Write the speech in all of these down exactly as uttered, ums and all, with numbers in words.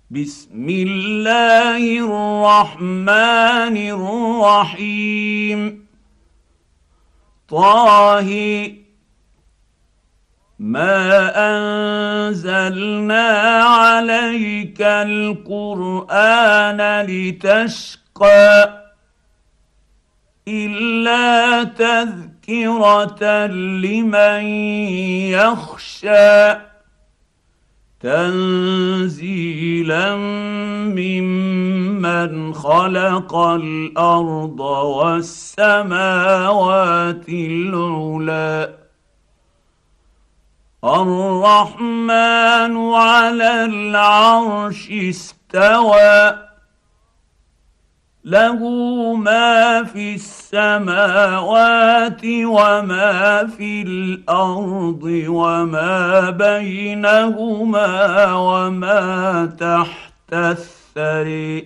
بسم الله الرحمن الرحيم. طه ما انزلنا عليك القران لتشقى الا تذكره لمن يخشى تنزيلا ممن خلق الارض والسماوات العلى الرحمن على العرش استوى له ما في السماوات وما في الارض وما بينهما وما تحت الثري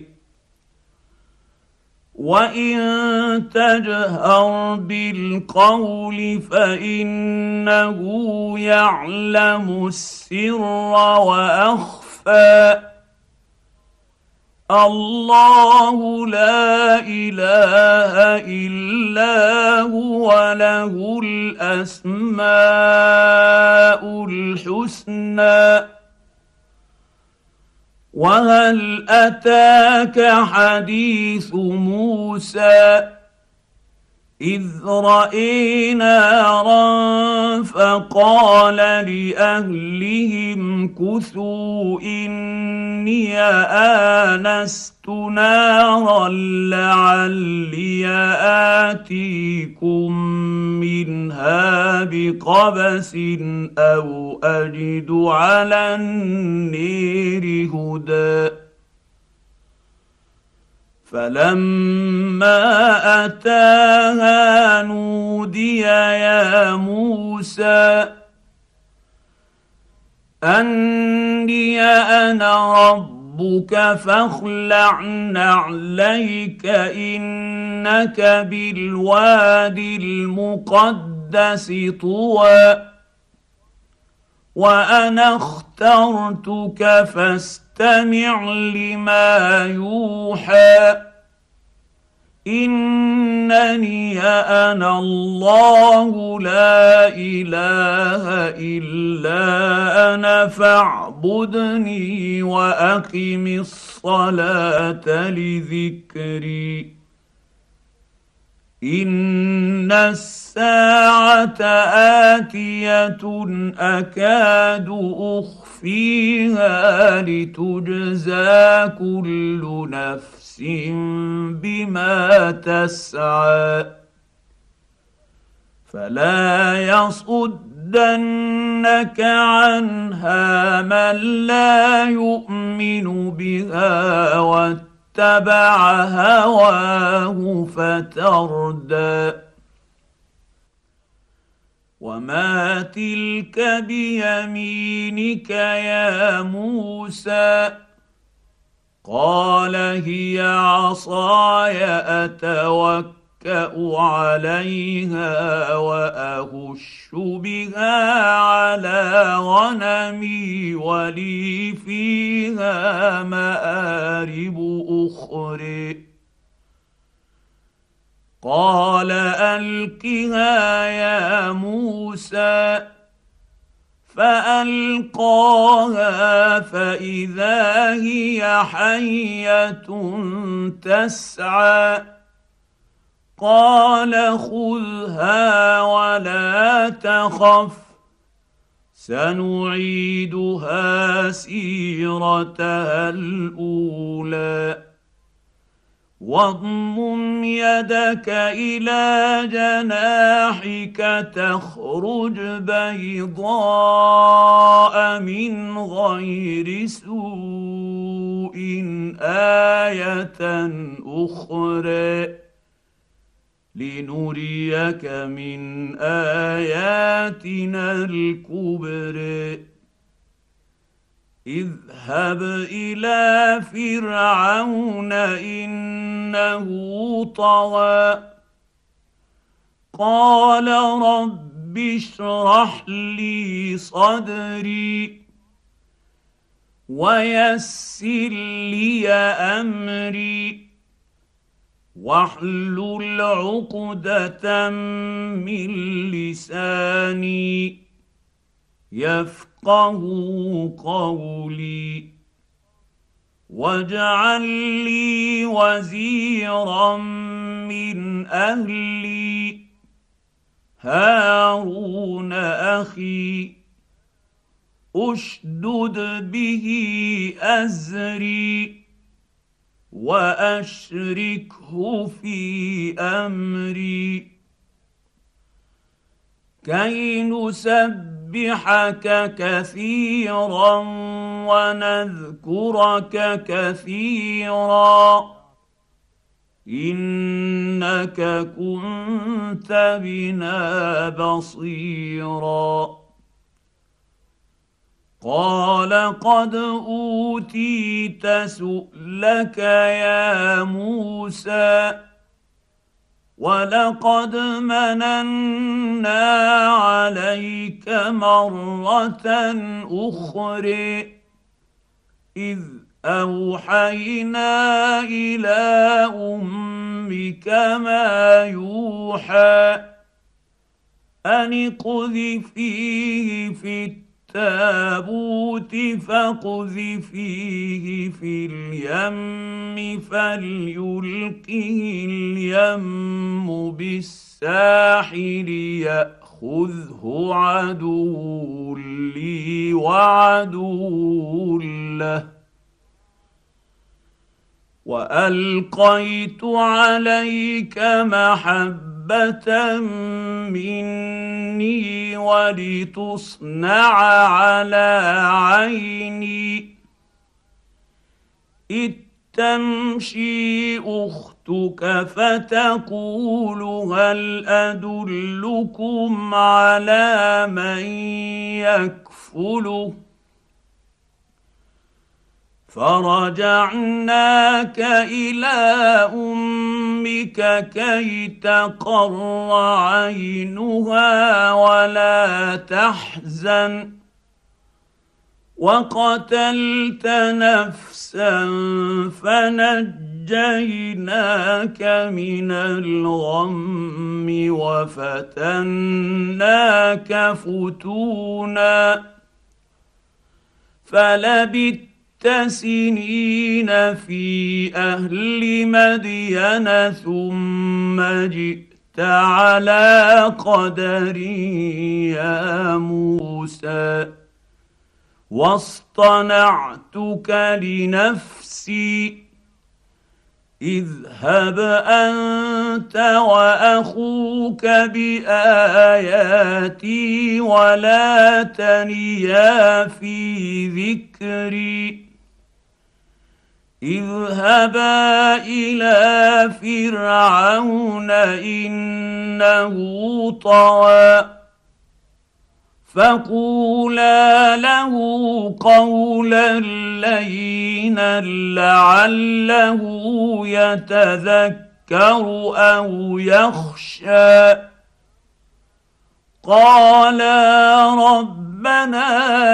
وان تجهر بالقول فانه يعلم السر واخفى الله لا اله الا هو له الاسماء الحسنى وهل اتاك حديث موسى اذ راى نارا فقال لاهلهم كثوا اني انست نارا لعلي اتيكم منها بقبس او اجد على النير هدى فلما اتاها نودي يا موسى اني انا ربك فاخلع نعليك انك بالوادي المقدس طوى وانا اخترتك فاستمع لما يوحى انني انا الله لا اله الا انا فاعبدني واقم الصلاه لذكري ان الساعه اتيه اكاد اخفيها لتجزى كل نفس بما تسعى فلا يصدنك عنها من لا يؤمن بها واتبع هواه فتردى وما تلك بيمينك يا موسى قال هي عصاي اتوكا عليها واهش بها على غنمي ولي فيها مآرب اخرى قال القها يا موسى فالقاها فاذا هي حيه تسعى قال خذها ولا تخف سنعيدها سيرتها الاولى واضمم يدك الى جناحك تخرج بيضاء من غير سوء ايه اخرى لنريك من اياتنا الكبرى اذهب الى فرعون انه طغى قال رب اشرح لي صدري ويسر لي امري واحلل عقده من لساني يفقه قولي واجعل لي وزيرا من اهلي هارون اخي اشدد به ازري واشركه في امري كي نسبحك كثيرا ونذكرك كثيرا انك كنت بنا بصيرا قال قد اوتيت سؤلك يا موسى ولقد مننا عليك مره اخرى اذ اوحينا الى امك ما يوحى ان اقذفيه في التابوت فاقذفيه في اليم فليلقه اليم بالساحل ياخذه عدو لي وعدو له والقيت عليك محبه مني ولتصنع على عيني اذ تمشي اختك فتقول هل ادلكم على من يكفله فرجعناك الى امك كي تقر عينها ولا تحزن وقتلت نفسا فنجيناك من الغم وفتناك فتونا فلبثت سنين في اهل مدين ثم جئت على قدر يا موسى واصطنعتك لنفسي اذهب انت واخوك باياتي ولا تنيا في ذكري اذهبا الى فرعون انه طغى فقولا له قولا لينا لعله يتذكر او يخشى قالا ربنا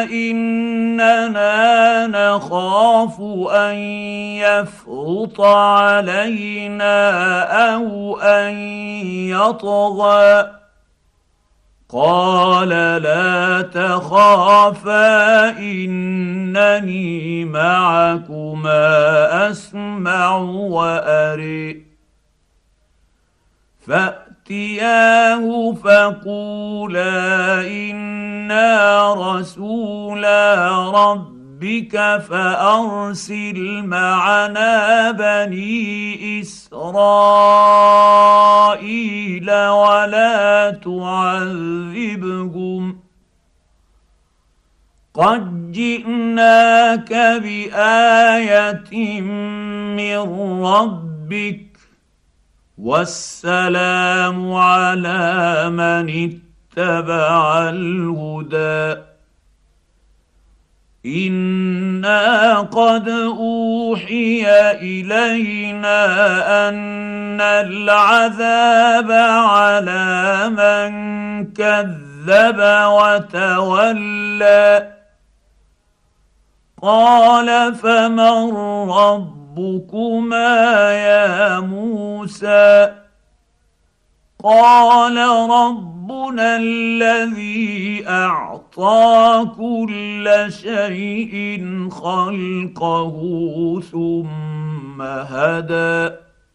اننا نخاف ان يفرط علينا او ان يطغى قال لا تخافا انني معكما اسمع واري فاتياه فقولا انا رسولا ربك فارسل معنا بني اسرائيل ولا تعذبهم قد جئناك بايه من ربك والسلام على من اتبع الهدى انا قد اوحي الينا ان العذاب على من كذب وتولى قال فمن ربكما يا موسى قال ربنا الذي اعطى كل شيء خلقه ثم هدى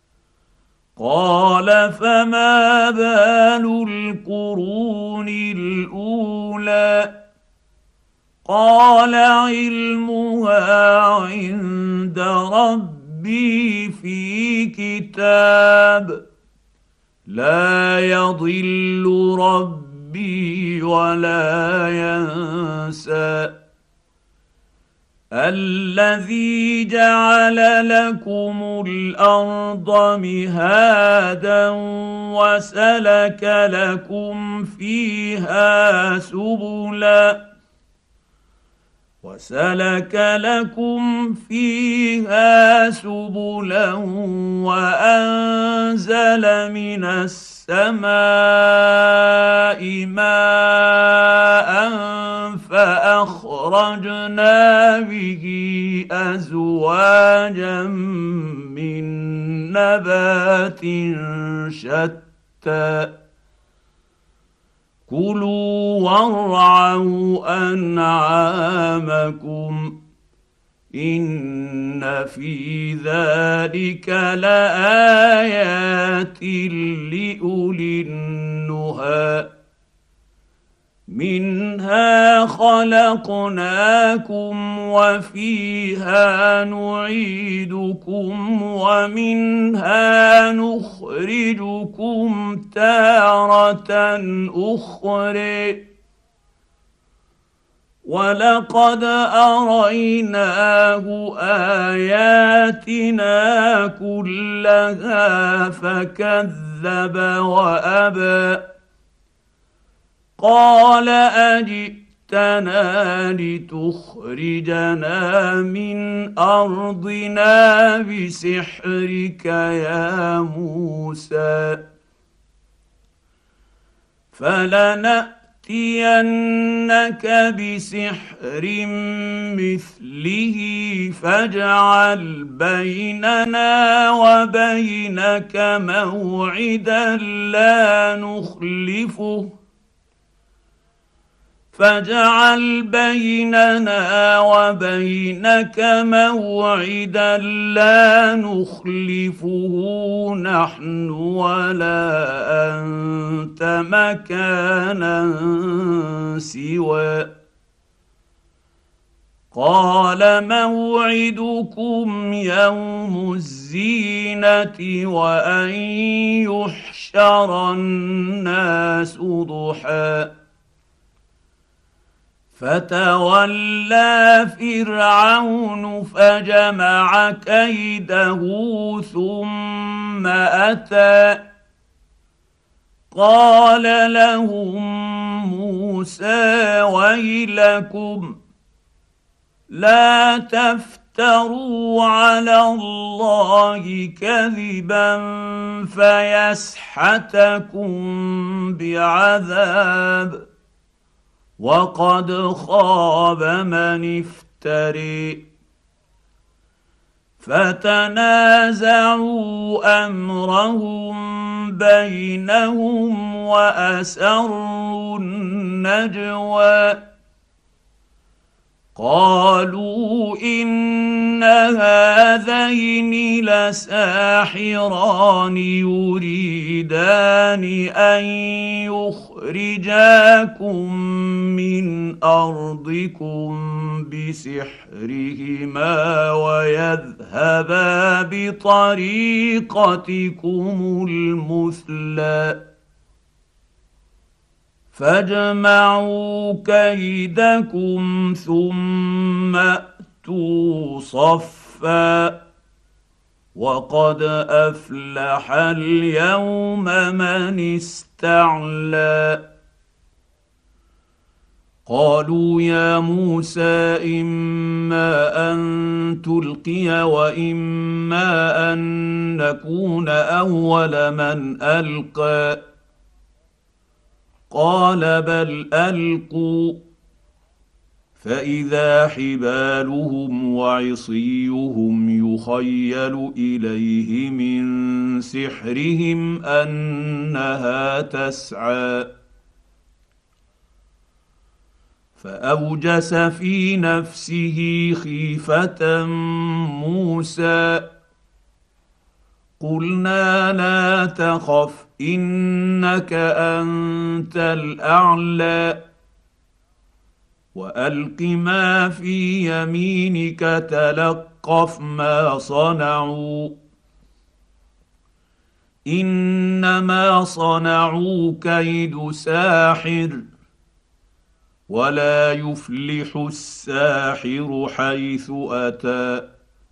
قال فما بال القرون الاولى قال علمها عند ربي في كتاب لا يضل ربي ولا ينسى الذي جعل لكم الارض مهادا وسلك لكم فيها سبلا وسلك لكم فيها سبلا وأنزل من السماء ماء فأخرجنا به أزواجا من نبات شتى كلوا وارعوا أنعامكم إن في ذلك لآيات لأولي النهى منها خلقناكم وفيها نعيدكم ومنها نخرجكم تارة أخرى ولقد أريناه آياتنا كلها فكذب وأبى قال أجئتنا لتخرجنا من أرضنا بسحرك يا موسى فلنأتينك بسحر مثله فاجعل بيننا وبينك موعدا لا نخلفه فاجعل بيننا وبينك موعدا لا نخلفه نحن ولا أنت مكانا سوى قال موعدكم يوم الزينة وأن يحشر الناس ضحى فتولى فرعون فجمع كيده ثم أتى قال لهم موسى ويلكم لا تفتروا على الله كذبا فيسحتكم بعذاب وقد خاب من افتري فتنازعوا امرهم بينهم واسروا النجوى قالوا ان هذين لساحران يريدان ان يخرجاكم من ارضكم بسحرهما ويذهبا بطريقتكم المثلى فاجمعوا كيدكم ثم ائتوا صفا وقد افلح اليوم من استعلى قالوا يا موسى اما ان تلقي واما ان نكون اول من القى قال بل القوا فاذا حبالهم وعصيهم يخيل اليه من سحرهم انها تسعى فاوجس في نفسه خيفه موسى قلنا لا تخف انك انت الاعلى والق ما في يمينك تلقف ما صنعوا انما صنعوا كيد ساحر ولا يفلح الساحر حيث اتى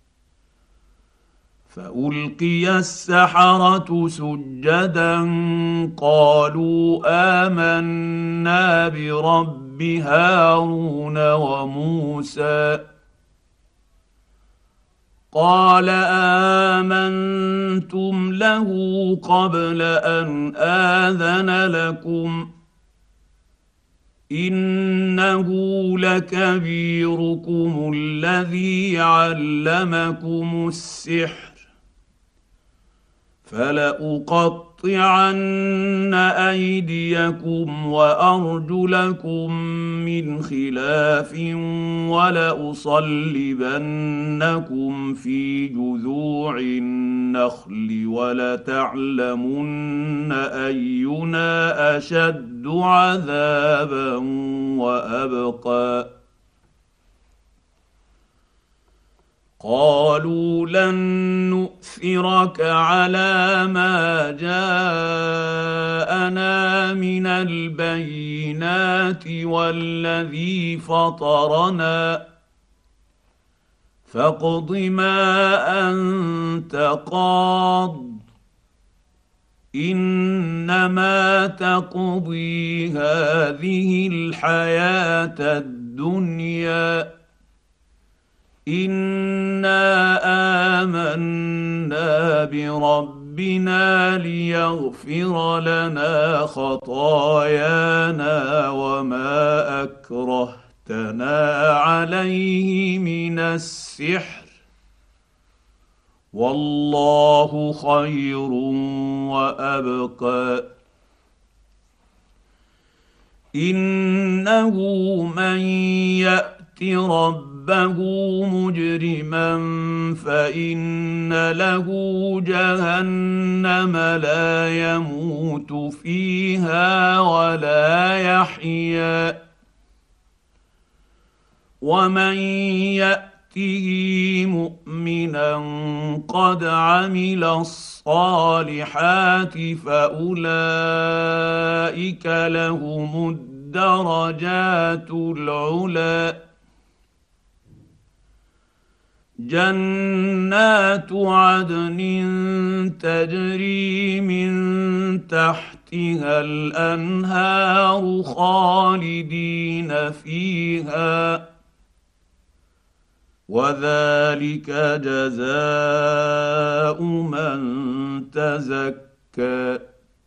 فالقي السحره سجدا قالوا امنا برب هارون وموسى قال امنتم له قبل ان اذن لكم انه لكبيركم الذي علمكم السحر فلاقطعن ايديكم وارجلكم من خلاف ولأصلبنكم في جذوع النخل ولتعلمن اينا اشد عذابا وابقى قالوا لن نؤثرك على ما جاءنا من البينات والذي فطرنا فاقض ما انت قاض انما تقضي هذه الحياه الدنيا انا امنا بربنا ليغفر لنا خطايانا وما اكرهتنا عليه من السحر والله خير وابقى انه من يأت ربه مجرما فان له جهنم لا يموت فيها ولا يحيا ومن ياته مؤمنا قد عمل الصالحات فاولئك لهم الدرجات العلى جنات عدن تجري من تحتها الانهار خالدين فيها وذلك جزاء من تزكى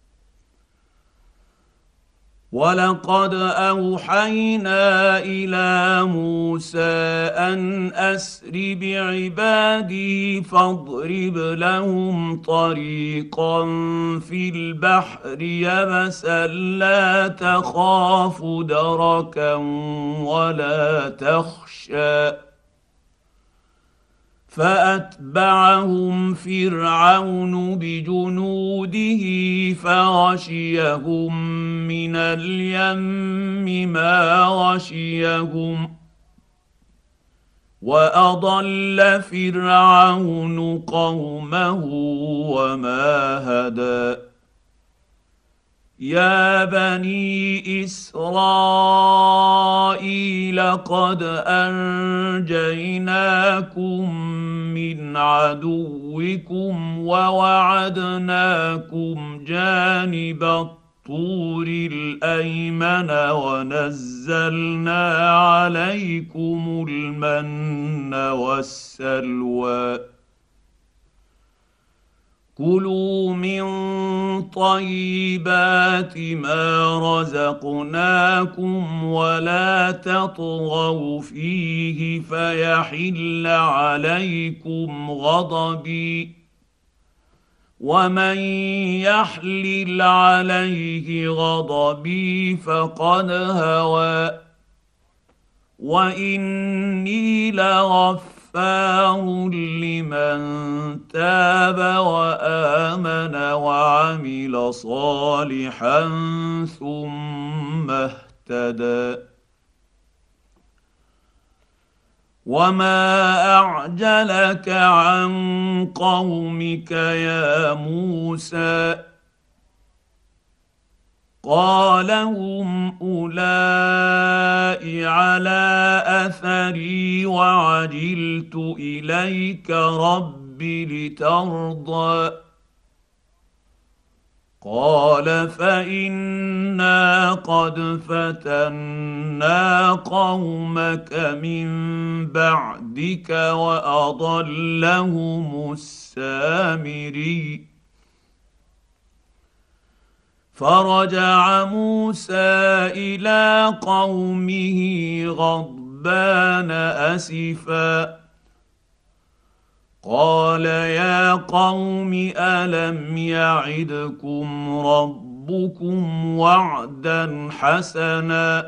ولقد اوحينا الى موسى ان اسر بعبادي فاضرب لهم طريقا في البحر يبسا لا تخاف دركا ولا تخشى فاتبعهم فرعون بجنوده فغشيهم من اليم ما غشيهم واضل فرعون قومه وما هدى يا بني اسرائيل قد انجيناكم من عدوكم ووعدناكم جانب الطور الايمن ونزلنا عليكم المن والسلوى كلوا من طيبات ما رزقناكم ولا تطغوا فيه فيحل عليكم غضبي ومن يحلل عليه غضبي فقد هوى واني لغفار لمن تاب وامن وعمل صالحا ثم اهتدى وما اعجلك عن قومك يا موسى قال هم اولئك على اثري وعجلت اليك رب لترضى قال فانا قد فتنا قومك من بعدك واضلهم السامري فرجع موسى الى قومه غضبان اسفا قال يا قوم الم يعدكم ربكم وعدا حسنا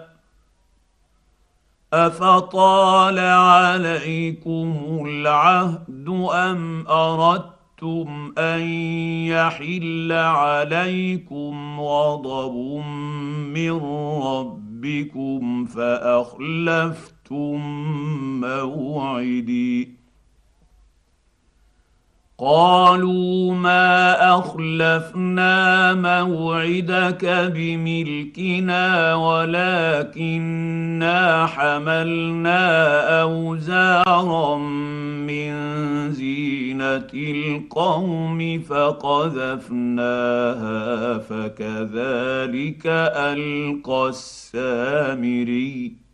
افطال عليكم العهد ام اردتم ان يحل عليكم غضب من ربكم فاخلفتم موعدي قالوا ما اخلفنا موعدك بملكنا ولكنا حملنا اوزارا من زينه القوم فقذفناها فكذلك القى السامري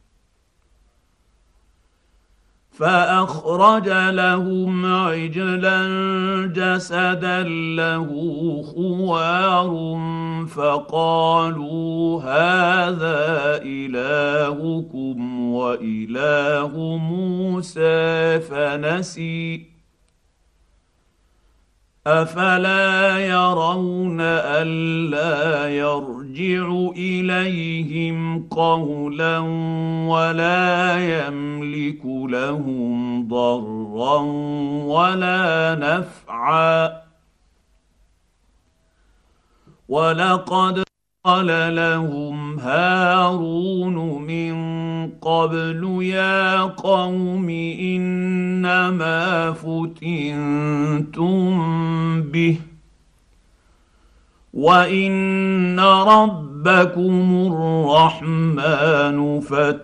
فاخرج لهم عجلا جسدا له خوار فقالوا هذا الهكم واله موسى فنسي افلا يرون الا يرجع اليهم قولا ولا يملك لهم ضرا ولا نفعا ولقد قال لهم هارون من قبل يا قوم انما فتنتم به وان ربكم الرحمن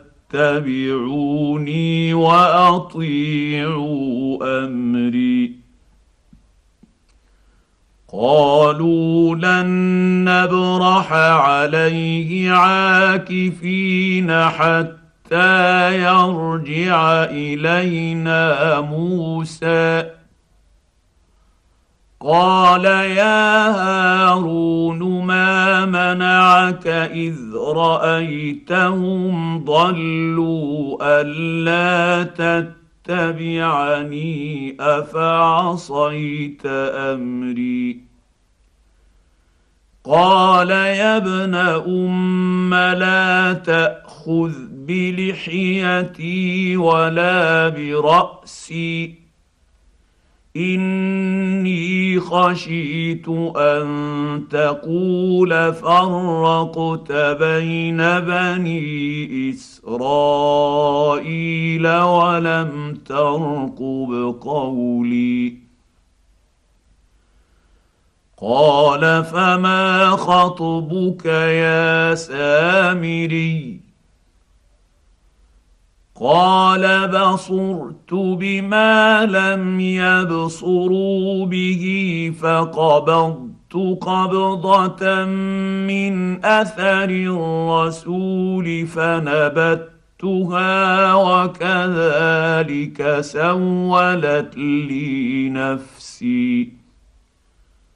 فاتبعوني واطيعوا امري قالوا لن نبرح عليه عاكفين حتى يرجع الينا موسى قال يا هارون ما منعك اذ رايتهم ضلوا الا تتبعني افعصيت امري قال يا ابن ام لا تاخذ بلحيتي ولا براسي اني خشيت ان تقول فرقت بين بني اسرائيل ولم ترقب قولي قال فما خطبك يا سامري قال بصرت بما لم يبصروا به فقبضت قبضة من اثر الرسول فنبذتها وكذلك سولت لي نفسي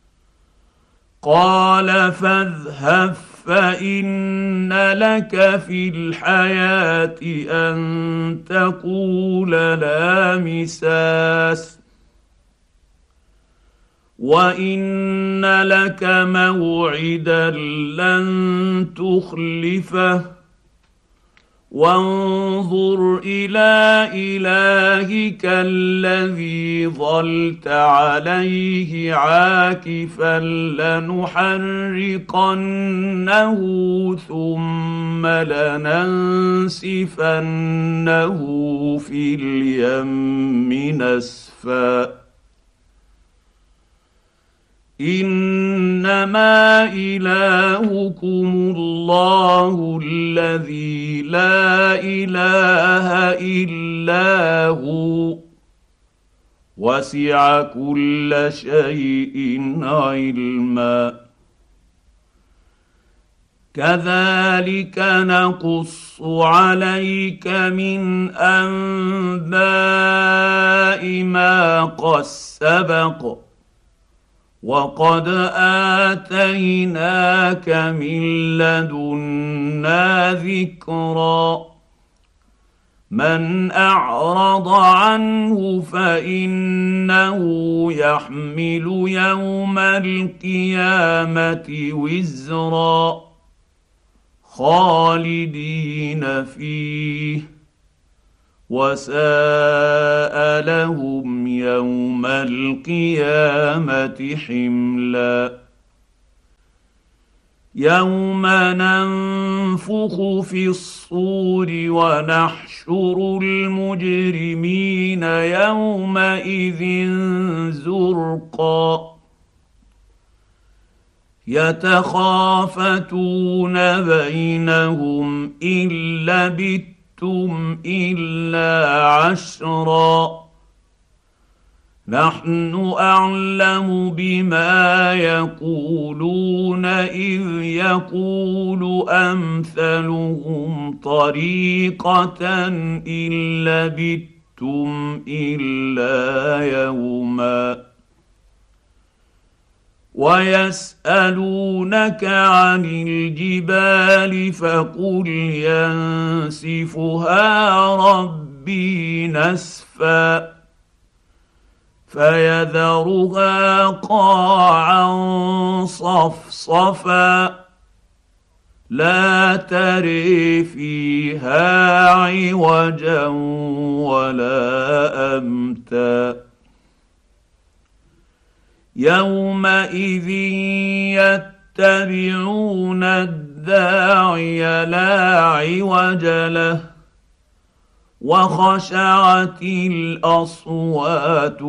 قال فاذهب فان لك في الحياه ان تقول لا مساس وان لك موعدا لن تخلفه وانظر الى الهك الذي ظلت عليه عاكفا لنحرقنه ثم لننسفنه في اليم نسفا انما الهكم الله الذي لا اله الا هو وسع كل شيء علما كذلك نقص عليك من انباء ما قد سبق وقد اتيناك من لدنا ذكرا من اعرض عنه فانه يحمل يوم القيامه وزرا خالدين فيه وساء لهم يوم القيامه حملا يوم ننفخ في الصور ونحشر المجرمين يومئذ زرقا يتخافتون بينهم ان لبثتم الا عشرا نحن اعلم بما يقولون اذ يقول امثلهم طريقه ان لبثتم الا يوما ويسالونك عن الجبال فقل ينسفها ربي نسفا فيذرها قاعا صفصفا لا تري فيها عوجا ولا امتا يومئذ يتبعون الداعي لا عوج له وخشعت الاصوات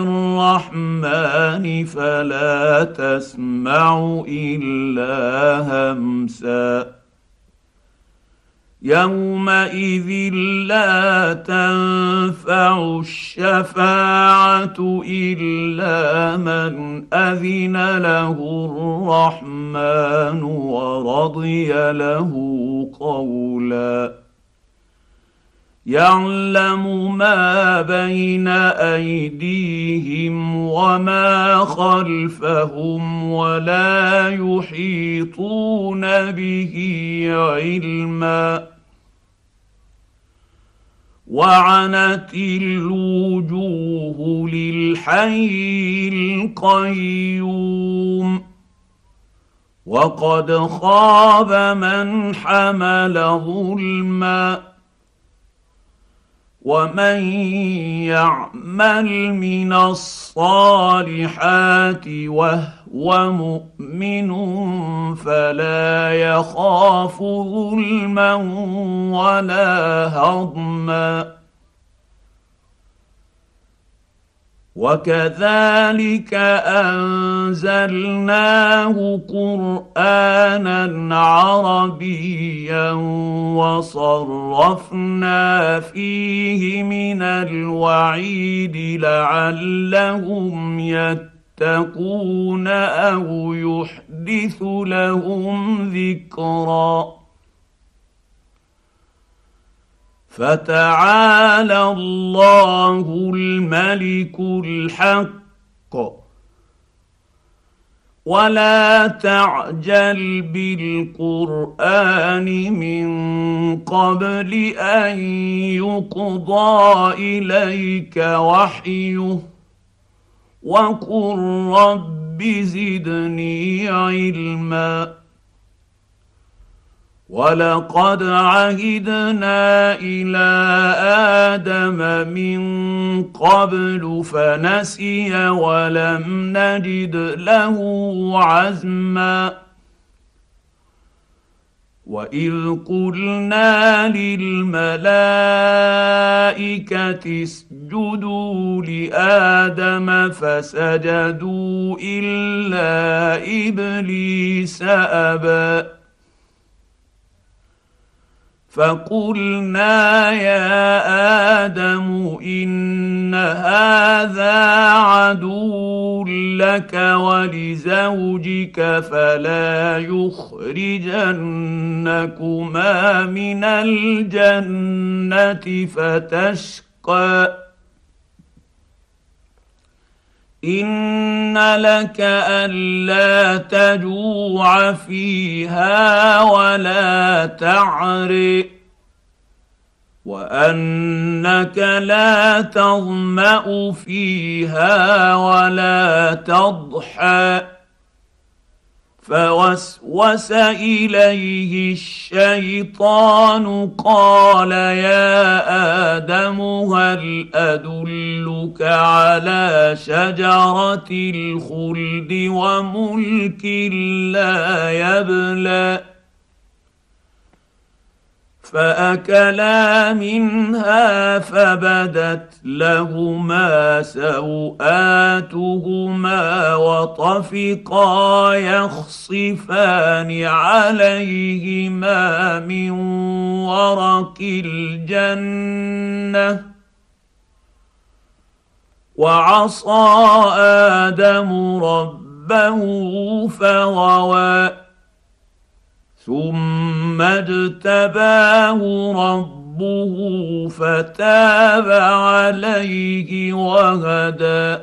للرحمن فلا تسمع الا همسا يومئذ لا تنفع الشفاعه الا من اذن له الرحمن ورضي له قولا يعلم ما بين ايديهم وما خلفهم ولا يحيطون به علما وعنت الوجوه للحي القيوم وقد خاب من حمل ظلما ومن يعمل من الصالحات وهو مؤمن فلا يخاف ظلما ولا هضما وكذلك انزلناه قرانا عربيا وصرفنا فيه من الوعيد لعلهم يتقون او يحدث لهم ذكرا فتعالى الله الملك الحق ولا تعجل بالقران من قبل ان يقضى اليك وحيه وقل رب زدني علما ولقد عهدنا الى ادم من قبل فنسي ولم نجد له عزما واذ قلنا للملائكه اسجدوا لادم فسجدوا الا ابليس ابى فقلنا يا ادم ان هذا عدو لك ولزوجك فلا يخرجنكما من الجنه فتشقى ان لك الا تجوع فيها ولا تعري وانك لا تظما فيها ولا تضحى فوسوس اليه الشيطان قال يا ادم هل ادلك على شجره الخلد وملك لا يبلى فاكلا منها فبدت لهما سوآتهما وطفقا يخصفان عليهما من ورق الجنه وعصى ادم ربه فغوى ثم اجتباه ربه فتاب عليه وهدى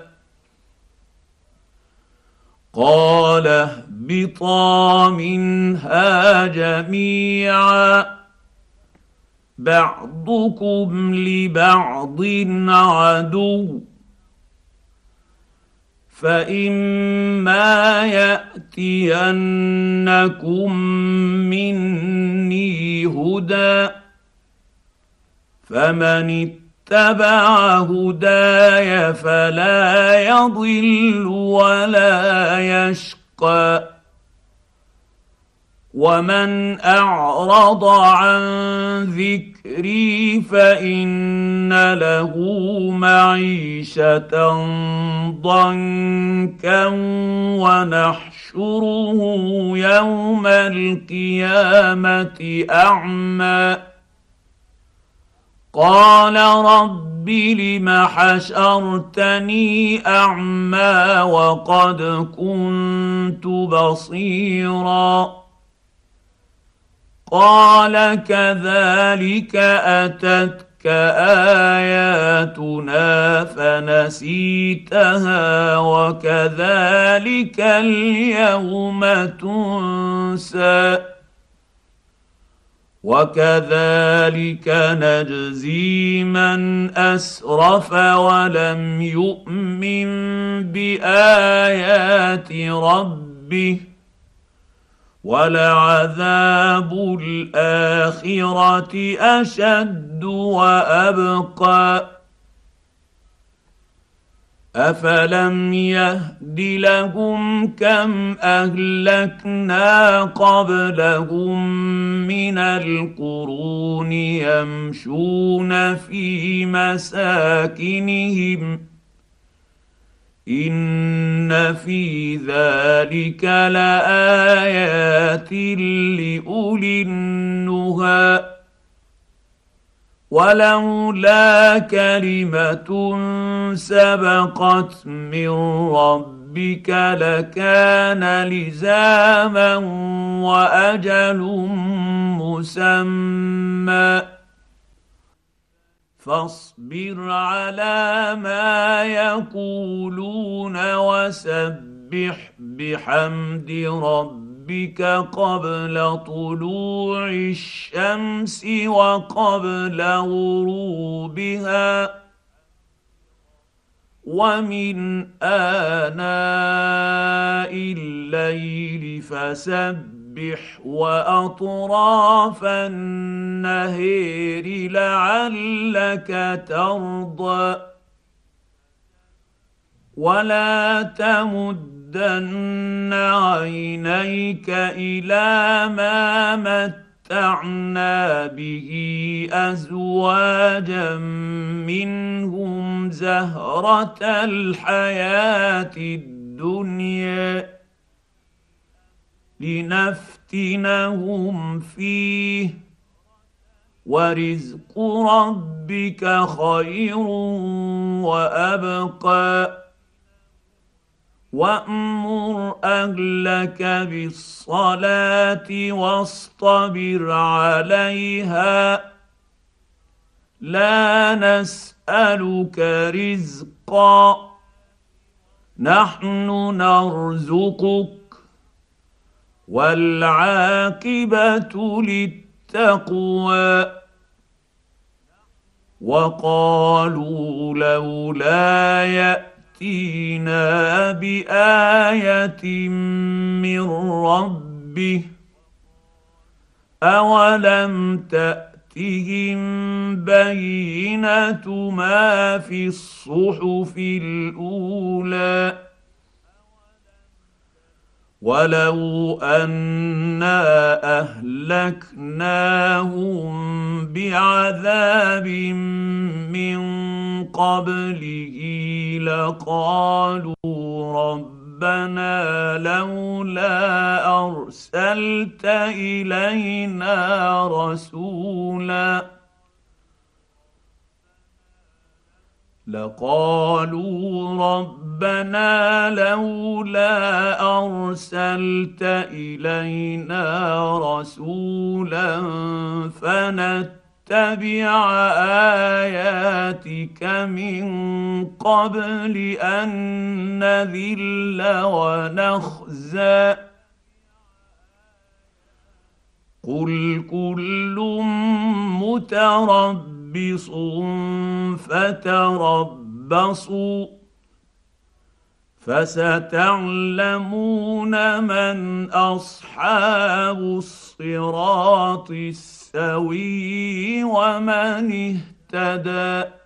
قال اهبطا منها جميعا بعضكم لبعض عدو فإما يأتينكم مني هدى فمن اتبع هداي فلا يضل ولا يشقى ومن اعرض عن ذكري فان له معيشه ضنكا ونحشره يوم القيامه اعمى قال رب لم حشرتني اعمى وقد كنت بصيرا قال كذلك اتتك اياتنا فنسيتها وكذلك اليوم تنسى وكذلك نجزي من اسرف ولم يؤمن بايات ربه ولعذاب الاخره اشد وابقى افلم يهد لهم كم اهلكنا قبلهم من القرون يمشون في مساكنهم ان في ذلك لايات لاولي النهى ولولا كلمه سبقت من ربك لكان لزاما واجل مسمى فاصبر على ما يقولون وسبح بحمد ربك قبل طلوع الشمس وقبل غروبها ومن آناء الليل فسبح وأطراف النهير لعلك ترضى ولا تمدن عينيك إلى ما متعنا به أزواجا منهم زهرة الحياة الدنيا لنفتنهم فيه ورزق ربك خير وأبقى وأمر أهلك بالصلاة واصطبر عليها لا نسألك رزقا نحن نرزقك والعاقبة للتقوى وقالوا لولا يأتينا بآية من ربه أولم تأتهم بينة ما في الصحف الأولى ولو أنا أهلكناهم بعذاب من قبله لقالوا ربنا لولا أرسلت إلينا رسولا لقالوا ربنا لولا أرسلت إلينا رسولا فنتبع آياتك من قبل أن نذل ونخزى قل كل متربص فتربصوا فستعلمون من أصحاب الصراط السوي ومن اهتدى